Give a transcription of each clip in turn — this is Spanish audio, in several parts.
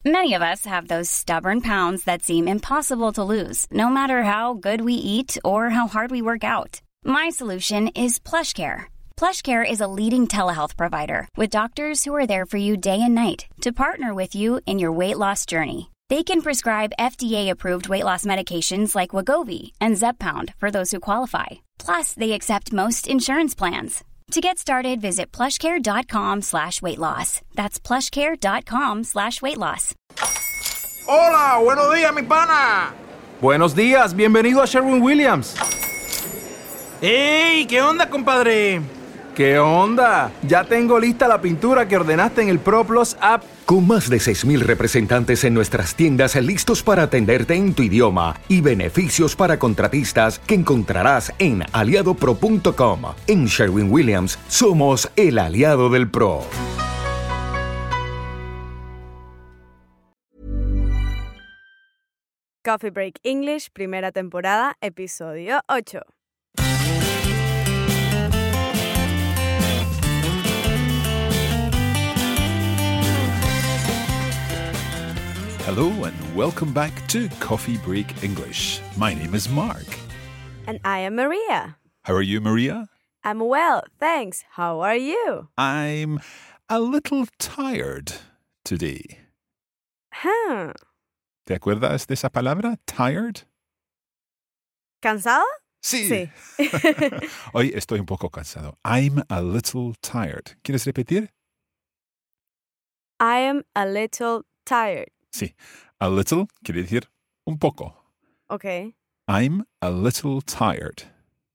Many of us have those stubborn pounds that seem impossible to lose, no matter how good we eat or how hard we work out. My solution is PlushCare. PlushCare is a leading telehealth provider with doctors who are there for you day and night to partner with you in your weight loss journey. They can prescribe FDA-approved weight loss medications like Wegovy and Zepbound for those who qualify. Plus, they accept most insurance plans. To get started, visit plushcare.com/weightloss. That's plushcare.com/weightloss. Hola, buenos días, mi pana. Buenos días, bienvenido a Sherwin-Williams. ¡Ey! ¿Qué onda, compadre? ¿Qué onda? Ya tengo lista la pintura que ordenaste en el ProPlus app. Con más de 6,000 representantes en nuestras tiendas listos para atenderte en tu idioma y beneficios para contratistas que encontrarás en aliadopro.com. En Sherwin-Williams somos el aliado del pro. Coffee Break English, primera temporada, episodio 8. Hello and welcome back to Coffee Break English. My name is Mark. And I am Maria. How are you, Maria? I'm well, thanks. How are you? I'm a little tired today. Huh. ¿Te acuerdas de esa palabra? Tired? ¿Cansado? Sí. Hoy estoy un poco cansado. I'm a little tired. ¿Quieres repetir? I am a little tired. Sí. A little quiere decir un poco. Okay. I'm a little tired.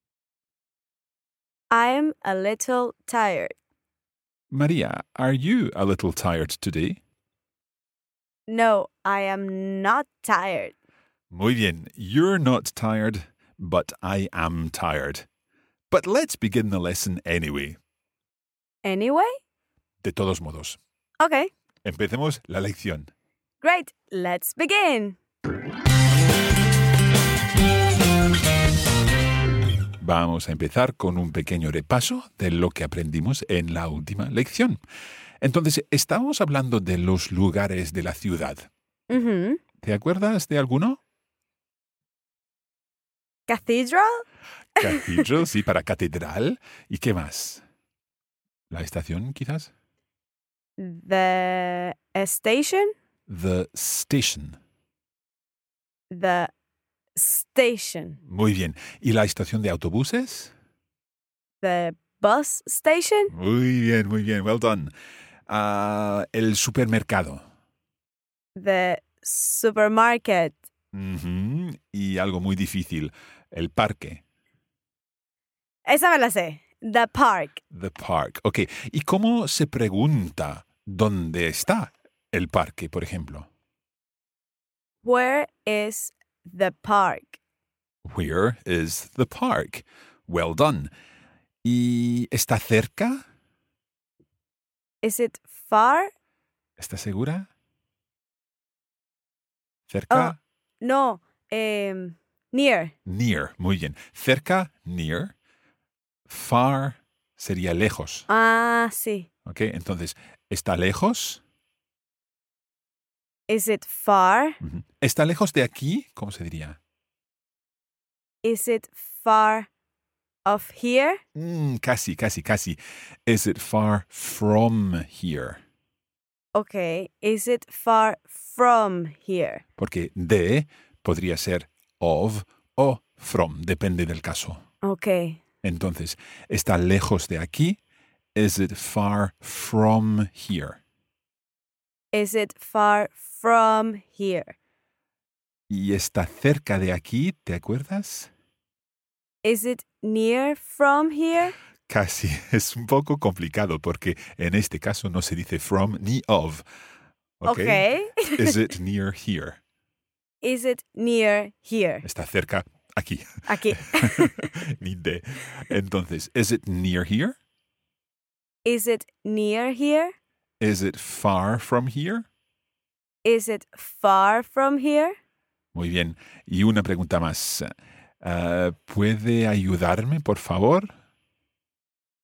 I'm a little tired. Maria, are you a little tired today? No, I am not tired. Muy bien. You're not tired, but I am tired. But let's begin the lesson anyway. Anyway? De todos modos. Okay. Empecemos la lección. Great, let's begin. Vamos a empezar con un pequeño repaso de lo que aprendimos en la última lección. Entonces, estábamos hablando de los lugares de la ciudad. Mm-hmm. ¿Te acuerdas de alguno? Cathedral? Cathedral, sí, para catedral. ¿Y qué más? ¿La estación, quizás? The station? The station. The station. Muy bien. ¿Y la estación de autobuses? The bus station? Muy bien, well done. El supermercado. The supermarket. Ujú. Y algo muy difícil, el parque. Esa me la sé. The park. The park. Ok. ¿Y cómo se pregunta dónde está el parque, por ejemplo? Where is the park? Where is the park? Well done. ¿Y está cerca? Is it far? ¿Estás segura? ¿Cerca? No. Near. Near. Muy bien. Cerca, near. Far sería lejos. Ah, sí. Ok, entonces, ¿está lejos? Is it far? Ujú. ¿Está lejos de aquí? ¿Cómo se diría? Is it far of here? Casi. Is it far from here? Okay. Is it far from here? Porque de podría ser of o from, depende del caso. Okay. Entonces, ¿está lejos de aquí? Is it far from here? Is it far from here? ¿Y está cerca de aquí? ¿Te acuerdas? Is it near from here? Casi. Es un poco complicado porque en este caso no se dice from ni of. Okay. Is it near here? Is it near here? Está cerca aquí. Aquí. Ni de. Entonces, is it near here? Is it near here? Is it far from here? Is it far from here? Muy bien. Y una pregunta más. ¿Puede ayudarme, por favor?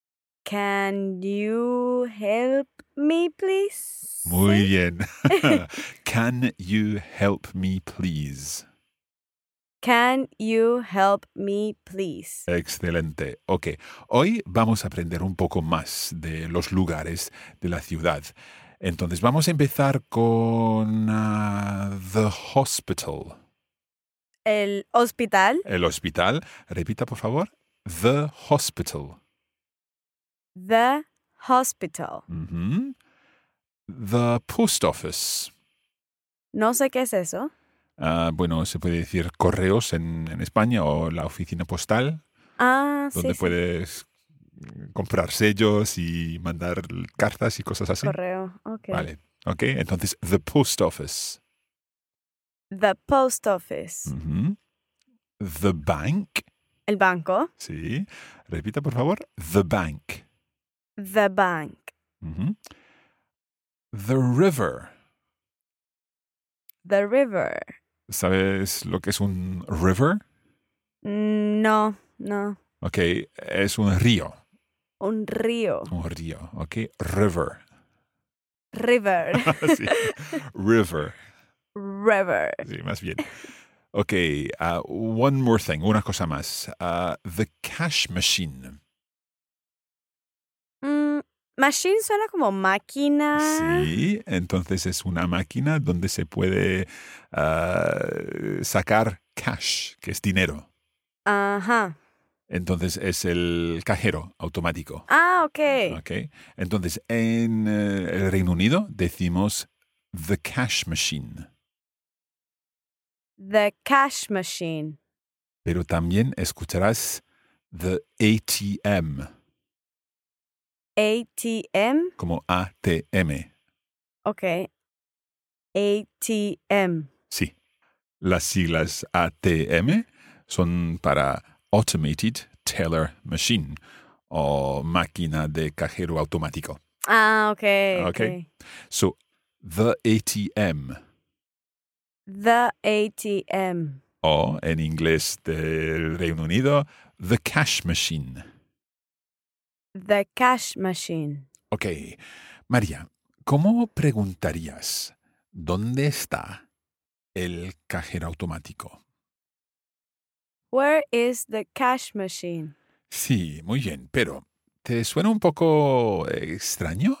Can you help me, please? Muy bien. Can you help me, please? Can you help me, please? Excelente. Ok, hoy vamos a aprender un poco más de los lugares de la ciudad. Entonces, vamos a empezar con the hospital. El hospital. El hospital. Repita, por favor. The hospital. The hospital. Ujú. The post office. No sé qué es eso. Bueno, se puede decir correos en España o la oficina postal, donde Sí. puedes comprar sellos y mandar cartas y cosas así. Correo. Ok. Vale, ok. Entonces, the post office. The post office. Ujú. The bank. El banco. Sí. Repita, por favor. The bank. The bank. Ujú. The river. The river. ¿Sabes lo que es un river? No. Ok, es un río. Un río. Un río, ok. River. River. Sí. River. River. Sí, más bien. Ok, one more thing, una cosa más. The cash machine. Machine suena como máquina. Sí, entonces es una máquina donde se puede sacar cash, que es dinero. Ajá. Entonces es el cajero automático. Ok. Ok, entonces en el Reino Unido decimos the cash machine. The cash machine. Pero también escucharás the ATM, ATM. como ATM. Ok. ATM. Sí, las siglas ATM son para Automated Teller Machine o máquina de cajero automático. Ok. Ok. So, the ATM The ATM. o en inglés del Reino Unido, the cash machine. The cash machine. Ok, María, ¿cómo preguntarías dónde está el cajero automático? Where is the cash machine? Sí, muy bien, pero ¿te suena un poco extraño?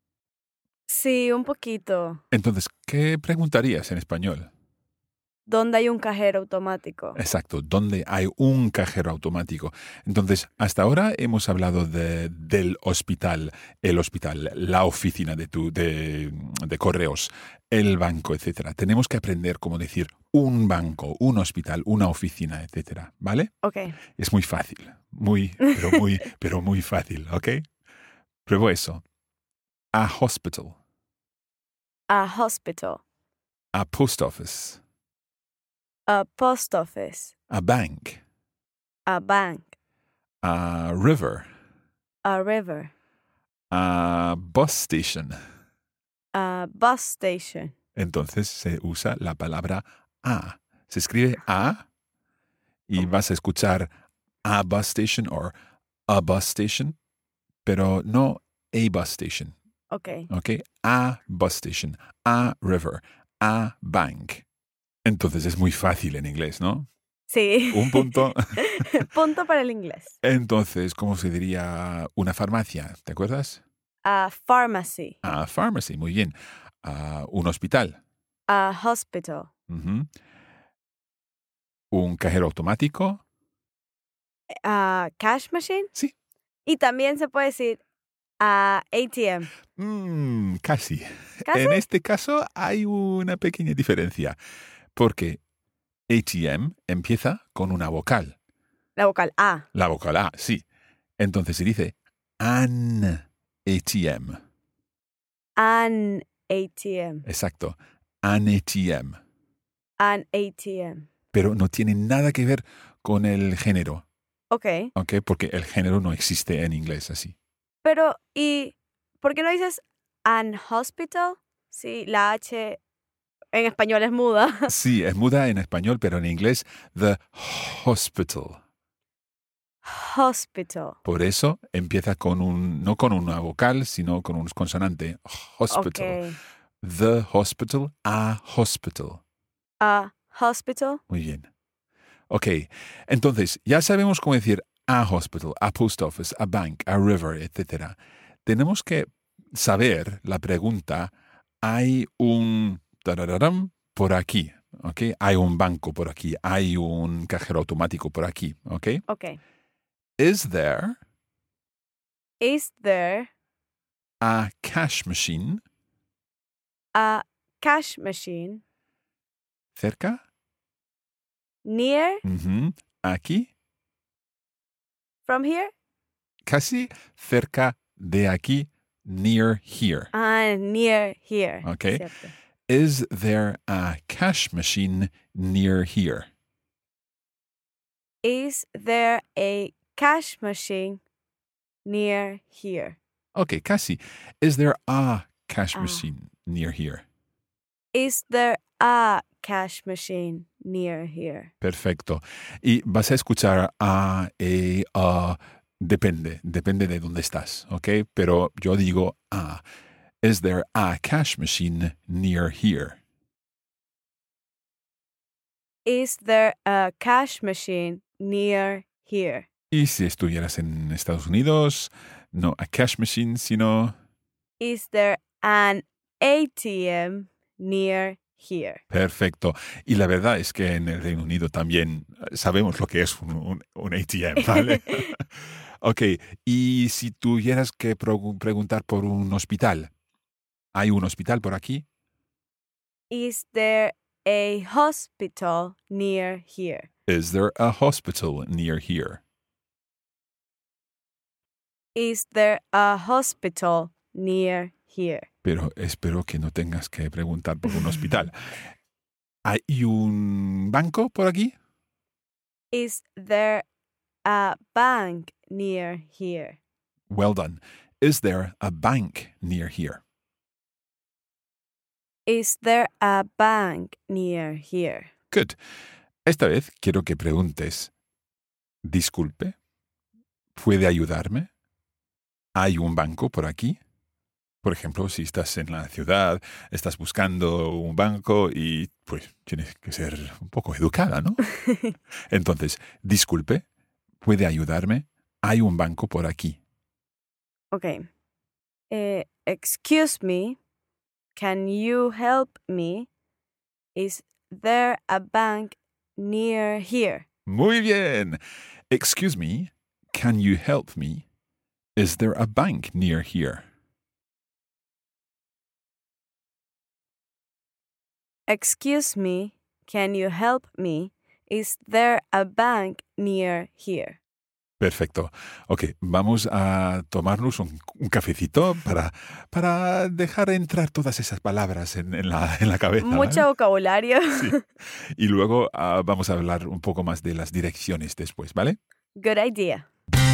Sí, un poquito. Entonces, ¿qué preguntarías en español? ¿Dónde hay un cajero automático? Exacto, ¿dónde hay un cajero automático? Entonces, hasta ahora hemos hablado del hospital, el hospital, la oficina de correos, el banco, etc. Tenemos que aprender cómo decir un banco, un hospital, una oficina, etc. ¿Vale? Ok. Es muy fácil, pero muy fácil, ¿ok? Pruebo eso. A hospital, A hospital. a post office, A post office. a bank, A bank. a river, A river. a bus station. A bus station. Entonces se usa la palabra a. Se escribe a y vas a escuchar a bus station o a bus station, pero no a bus station. Ok. ¿Ok? A bus station, a river, a bank. Entonces es muy fácil en inglés, ¿no? Sí. Un punto. Punto para el inglés. Entonces, ¿cómo se diría una farmacia? ¿Te acuerdas? A pharmacy. A pharmacy, muy bien. A un hospital. A hospital. Ujú. Un cajero automático. A cash machine. Sí. Y también se puede decir a ATM. Casi. ¿Casi? En este caso hay una pequeña diferencia, porque ATM empieza con una vocal. La vocal A. La vocal A, sí. Entonces se dice an ATM. An ATM. Exacto, an ATM. An ATM. Pero no tiene nada que ver con el género, Ok. ¿ok? Porque el género no existe en inglés así. Pero, ¿y por qué no dices an hospital? Sí, la H en español es muda. Sí, es muda en español, pero en inglés, the hospital. Hospital. Por eso empieza no con una vocal, sino con un consonante. Hospital. Ok. The hospital, a hospital. A hospital. Muy bien. Ok, entonces ya sabemos cómo decir a hospital, a post office, a bank, a river, etc. Tenemos que saber la pregunta, hay un tarararam por aquí, ¿ok? Hay un banco por aquí, hay un cajero automático por aquí, ¿ok? Ok. Is there Is there a cash machine a cash machine cerca? near Ujú. Aquí, from here? casi cerca de aquí, near here. Near here. Ok. Cierto. Is there a cash machine near here? Is there a cash machine near here? Ok, casi. Is there a cash machine near here? Is there a cash machine near here? Perfecto. Y vas a escuchar a, depende de dónde estás, ¿ok? Pero yo digo a. Is there a cash machine near here? Is there a cash machine near here? Y si estuvieras en Estados Unidos, no a cash machine, sino... Is there an ATM near here? Perfecto. Y la verdad es que en el Reino Unido también sabemos lo que es un ATM, ¿vale? Ok, y si tuvieras que preguntar por un hospital, ¿hay un hospital por aquí? Is there a hospital near here? Is there a hospital near here? Is there a hospital near here? Pero espero que no tengas que preguntar por un hospital. ¿Hay un banco por aquí? Is there a bank near here? Well done. Is there a bank near here? Is there a bank near here? Good. Esta vez quiero que preguntes, disculpe, ¿puede ayudarme? ¿Hay un banco por aquí? Por ejemplo, si estás en la ciudad, estás buscando un banco y pues tienes que ser un poco educada, ¿no? Entonces, disculpe, ¿puede ayudarme? ¿Hay un banco por aquí? Okay. Excuse me. Can you help me? Is there a bank near here? Muy bien. Excuse me, can you help me? Is there a bank near here? Excuse me. Can you help me? Is there a bank near here? Perfecto. Ok, vamos a tomarnos un cafecito para dejar entrar todas esas palabras en la cabeza. Mucho ¿vale? vocabulario. Sí. Y luego vamos a hablar un poco más de las direcciones después, ¿vale? Good idea.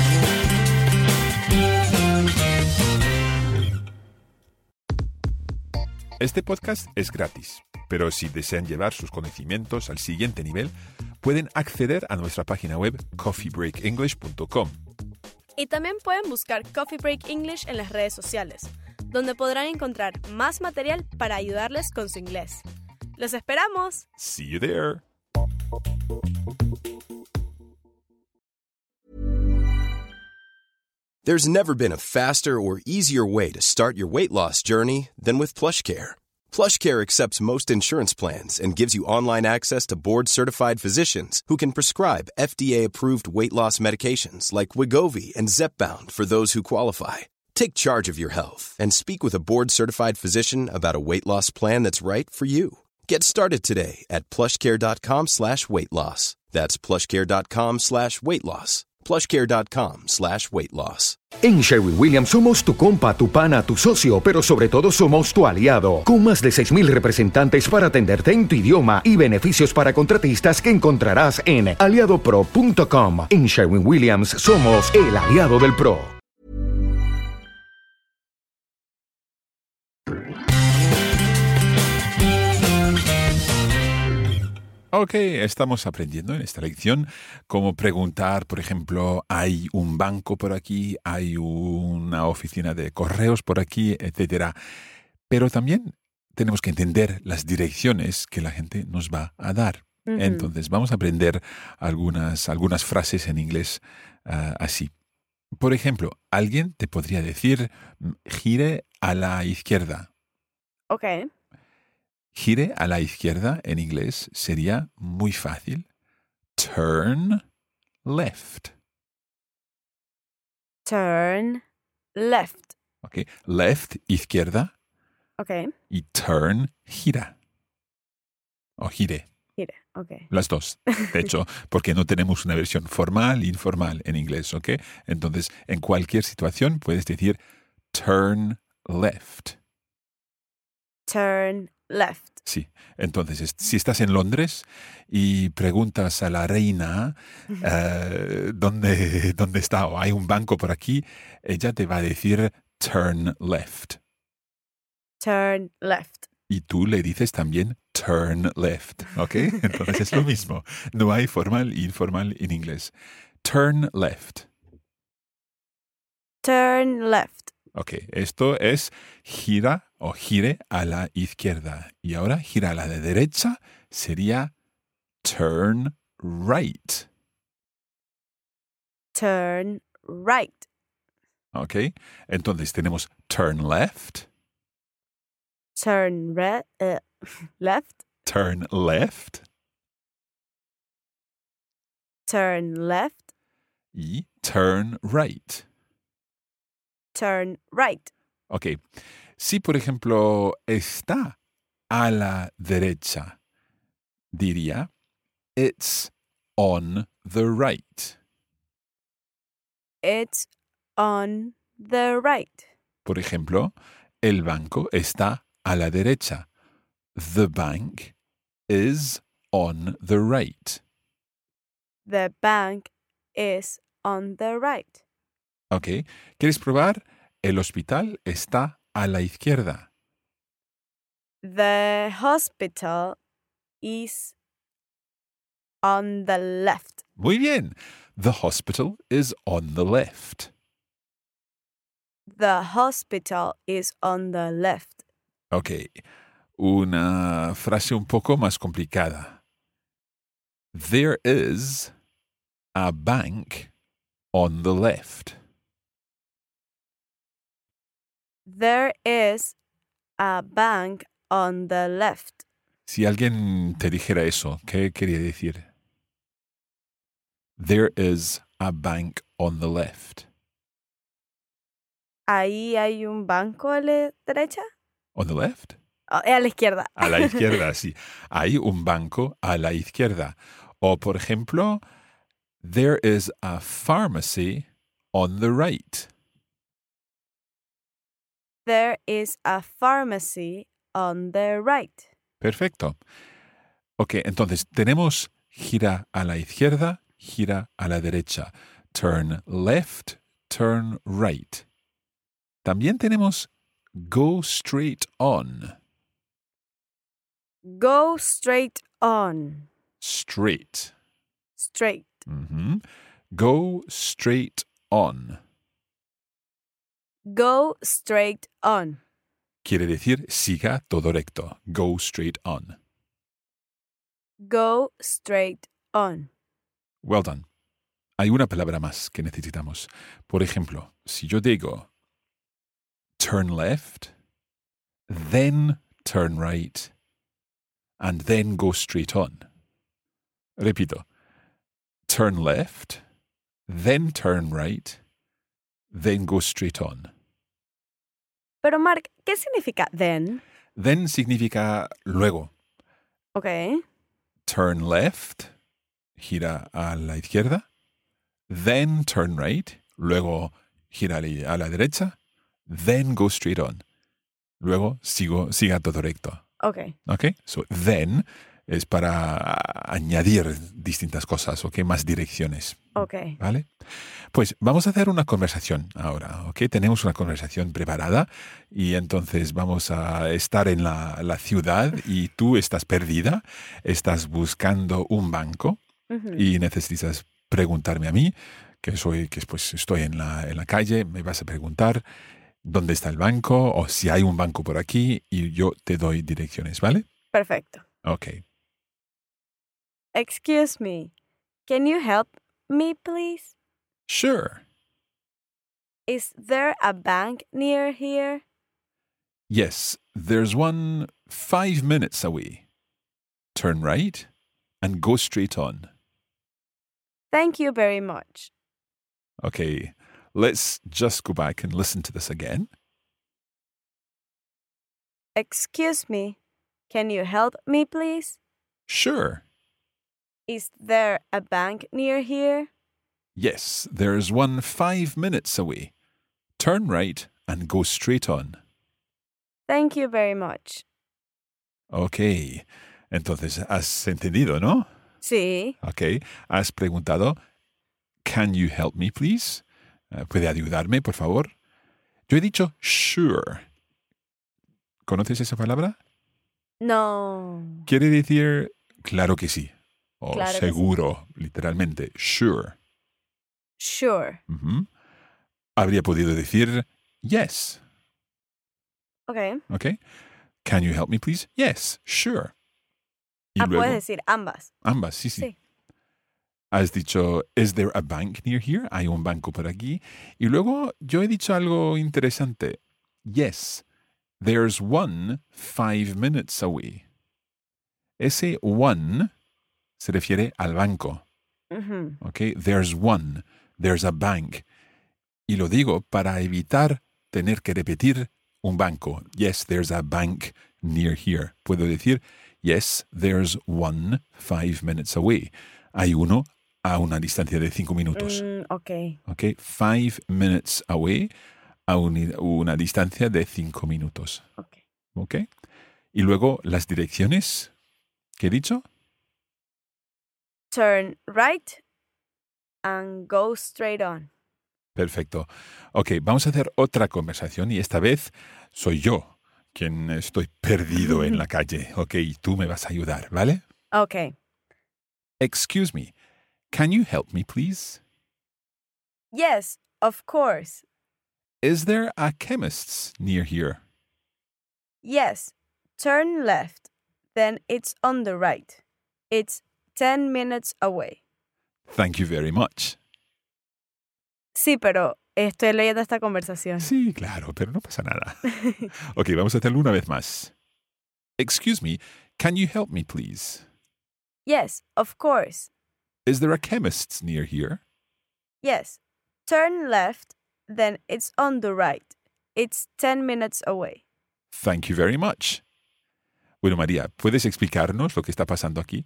Este podcast es gratis, pero si desean llevar sus conocimientos al siguiente nivel, pueden acceder a nuestra página web coffeebreakenglish.com. Y también pueden buscar Coffee Break English en las redes sociales, donde podrán encontrar más material para ayudarles con su inglés. ¡Los esperamos! See you there. There's never been a faster or easier way to start your weight loss journey than with PlushCare. PlushCare accepts most insurance plans and gives you online access to board-certified physicians who can prescribe FDA-approved weight loss medications like Wegovy and Zepbound for those who qualify. Take charge of your health and speak with a board-certified physician about a weight loss plan that's right for you. Get started today at plushcare.com/weightloss. That's plushcare.com/weightloss. plushcare.com/weightloss. En Sherwin-Williams somos tu compa, tu pana, tu socio, pero sobre todo somos tu aliado, con más de 6,000 representantes para atenderte en tu idioma y beneficios para contratistas que encontrarás en aliadopro.com. En Sherwin-Williams somos el aliado del pro. Ok, estamos aprendiendo en esta lección cómo preguntar, por ejemplo, ¿hay un banco por aquí? ¿Hay una oficina de correos por aquí? Etcétera. Pero también tenemos que entender las direcciones que la gente nos va a dar. Entonces, vamos a aprender algunas frases en inglés así. Por ejemplo, alguien te podría decir, gire a la izquierda. Ok. Gire a la izquierda en inglés sería muy fácil. Turn left. Turn left. Okay. Left, izquierda. Ok. Y turn, gira. O gire. Gire. Ok. Las dos. De hecho, porque no tenemos una versión formal e informal en inglés. ¿Ok? Entonces, en cualquier situación puedes decir turn left. Turn left. Sí, entonces, si estás en Londres y preguntas a la reina ¿dónde está o hay un banco por aquí, ella te va a decir turn left. Turn left. Y tú le dices también turn left, ¿ok? Entonces es lo mismo. No hay formal e informal en inglés. Turn left. Turn left. Ok, esto es gira o gire a la izquierda. Y ahora gira a la de derecha sería turn right. Turn right. Ok, entonces tenemos turn left, Turn left. turn left Turn left. y turn right. Turn right. Ok, si por ejemplo está a la derecha, diría it's on the right. It's on the right. Por ejemplo, el banco está a la derecha. The bank is on the right. The bank is on the right. Ok, ¿quieres probar? El hospital está a la izquierda. The hospital is on the left. Muy bien. The hospital is on the left. The hospital is on the left. Ok, una frase un poco más complicada. There is a bank on the left. There is a bank on the left. Si alguien te dijera eso, ¿qué quería decir? There is a bank on the left. Ahí hay un banco a la derecha. On the left? Oh, a la izquierda. A la izquierda, sí. Hay un banco a la izquierda. O, por ejemplo, there is a pharmacy on the right. There is a pharmacy on the right. Perfecto. Ok, entonces tenemos gira a la izquierda, gira a la derecha. Turn left, turn right. También tenemos go straight on. Go straight on. Straight. Straight. Mhm. Go straight on. Go straight on. Quiere decir siga todo recto. Go straight on. Go straight on. Well done. Hay una palabra más que necesitamos. Por ejemplo, si yo digo turn left, then turn right, and then go straight on. Repito. Turn left, then turn right, then go straight on. Pero Mark, ¿qué significa then? Then significa luego. Okay. Turn left, gira a la izquierda. Then turn right, luego gira a la derecha. Then go straight on. Luego siga todo recto. Okay. ¿Ok? So, then es para añadir distintas cosas, ¿ok? Más direcciones. Okay. ¿Vale? Pues vamos a hacer una conversación ahora, ¿ok? Tenemos una conversación preparada y entonces vamos a estar en la ciudad y tú estás perdida, estás buscando un banco y necesitas preguntarme a mí, que pues estoy en la calle, me vas a preguntar dónde está el banco o si hay un banco por aquí y yo te doy direcciones, ¿vale? Perfecto. Ok. Excuse me, can you help me, please? Sure. Is there a bank near here? Yes, there's one 5 minutes away. Turn right and go straight on. Thank you very much. Okay, let's just go back and listen to this again. Excuse me, can you help me, please? Sure. Is there a bank near here? Yes, there's one 5 minutes away. Turn right and go straight on. Thank you very much. Ok, entonces has entendido, ¿no? Sí. Ok, has preguntado, can you help me, please? ¿Puede ayudarme, por favor? Yo he dicho sure. ¿Conoces esa palabra? No. Quiere decir claro que sí. O Claro que seguro, literalmente. Sure. Sure. Ujú. Habría podido decir yes. Okay. ¿Ok? Can you help me, please? Yes, sure. Y luego, Puedes decir ambas. ambas, sí. Sí. Has dicho, is there a bank near here? Hay un banco por aquí. Y luego yo he dicho algo interesante. Yes, there's one 5 minutes away. Ese one se refiere al banco. ¿Ok? There's one. There's a bank. Y lo digo para evitar tener que repetir un banco. Yes, there's a bank near here. Puedo decir, yes, there's one 5 minutes away. Hay uno a una distancia de 5 minutos. Ok. ¿Ok? 5 minutes away a una distancia de 5 minutos. Ok. ¿Ok? Y luego las direcciones que he dicho. Turn right and go straight on. Perfecto. Ok, vamos a hacer otra conversación y esta vez soy yo quien estoy perdido en la calle. Ok, y tú me vas a ayudar, ¿vale? Ok. Excuse me, can you help me, please? Yes, of course. Is there a chemist's near here? Yes. Turn left. Then it's on the right. It's 10 minutes away. Thank you very much. Sí, pero estoy leyendo esta conversación. Sí, claro, pero no pasa nada. Ok, vamos a hacerlo una vez más. Excuse me, can you help me, please? Yes, of course. Is there a chemist's near here? Yes. Turn left, then it's on the right. It's 10 minutes away. Thank you very much. Bueno, María, ¿puedes explicarnos lo que está pasando aquí?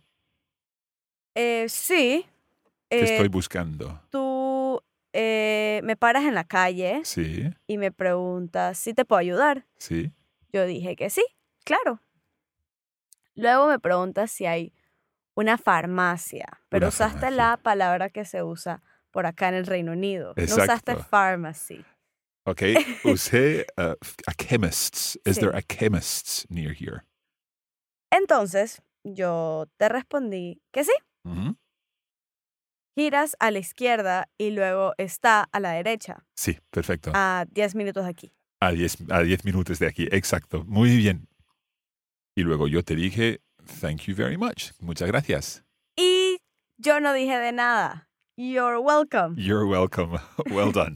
Sí. ¿Qué estoy buscando? Tú me paras en la calle Sí, y me preguntas si te puedo ayudar. sí. Yo dije que sí, claro. Luego me preguntas si hay una farmacia, pero Una usaste farmacia. la palabra que se usa por acá en el Reino Unido. No Exacto. usaste pharmacy. Ok, usé a chemist's. Is Sí. there a chemist's near here? Entonces, yo te respondí que sí. Ujú. Giras a la izquierda y luego está a la derecha, Sí, perfecto. a 10 minutos de aquí. A 10 minutos de aquí, exacto. Muy bien. Y luego yo te dije, thank you very much. Muchas gracias. Y yo no dije de nada. You're welcome. You're welcome. Well done.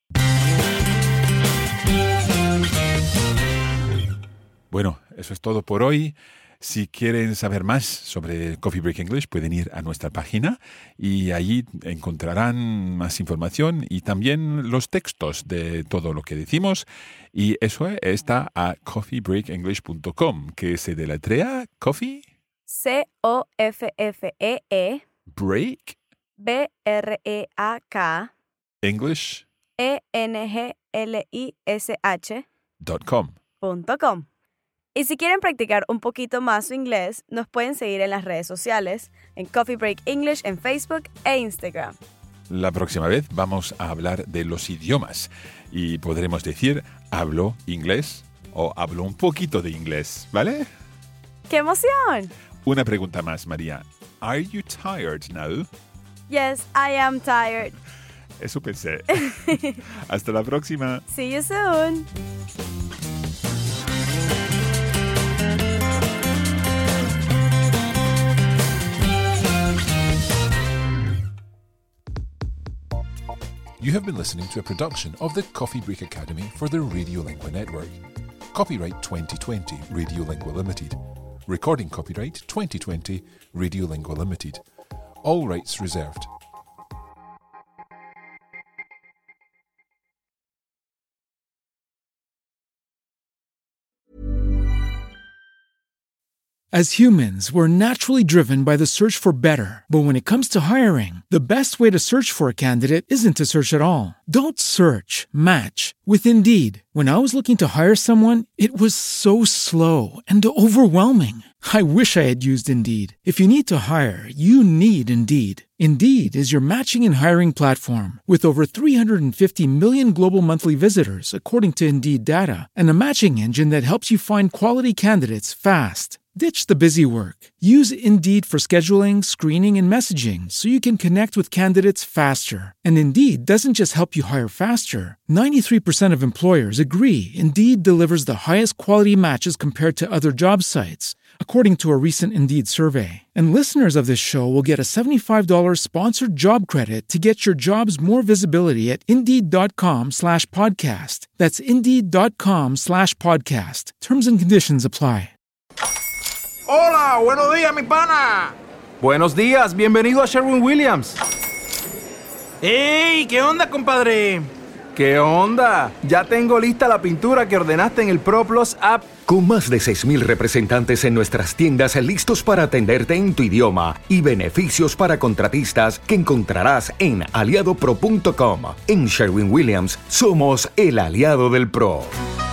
Bueno, eso es todo por hoy. Si quieren saber más sobre Coffee Break English, pueden ir a nuestra página y allí encontrarán más información y también los textos de todo lo que decimos. Y eso está a coffeebreakenglish.com, que se deletrea Coffee COFFEE Break BREAK English.com. ENGLISH.com. Y si quieren practicar un poquito más su inglés, nos pueden seguir en las redes sociales, en Coffee Break English en Facebook e Instagram. La próxima vez vamos a hablar de los idiomas y podremos decir hablo inglés o hablo un poquito de inglés, ¿vale? ¡Qué emoción! Una pregunta más, María. Are you tired now? Yes, I am tired. Eso pensé. Hasta la próxima. See you soon. You have been listening to a production of the Coffee Break Academy for the Radiolingua Network. Copyright 2020 Radiolingua Limited. Recording copyright 2020 Radiolingua Limited. All rights reserved. As humans, we're naturally driven by the search for better. But when it comes to hiring, the best way to search for a candidate isn't to search at all. Don't search, match with Indeed. When I was looking to hire someone, it was so slow and overwhelming. I wish I had used Indeed. If you need to hire, you need Indeed. Indeed is your matching and hiring platform with over 350 million global monthly visitors, according to Indeed data, and a matching engine that helps you find quality candidates fast. Ditch the busy work. Use Indeed for scheduling, screening, and messaging so you can connect with candidates faster. And Indeed doesn't just help you hire faster. 93% of employers agree Indeed delivers the highest quality matches compared to other job sites, according to a recent Indeed survey. And listeners of this show will get a $75 sponsored job credit to get your jobs more visibility at Indeed.com/podcast. That's Indeed.com/podcast. Terms and conditions apply. Hola, buenos días, mi pana. Buenos días, bienvenido a Sherwin-Williams. ¡Ey! ¿Qué onda, compadre? ¿Qué onda? Ya tengo lista la pintura que ordenaste en el ProPlus app. Con más de 6,000 representantes en nuestras tiendas listos para atenderte en tu idioma y beneficios para contratistas que encontrarás en aliadopro.com. En Sherwin-Williams somos el aliado del pro.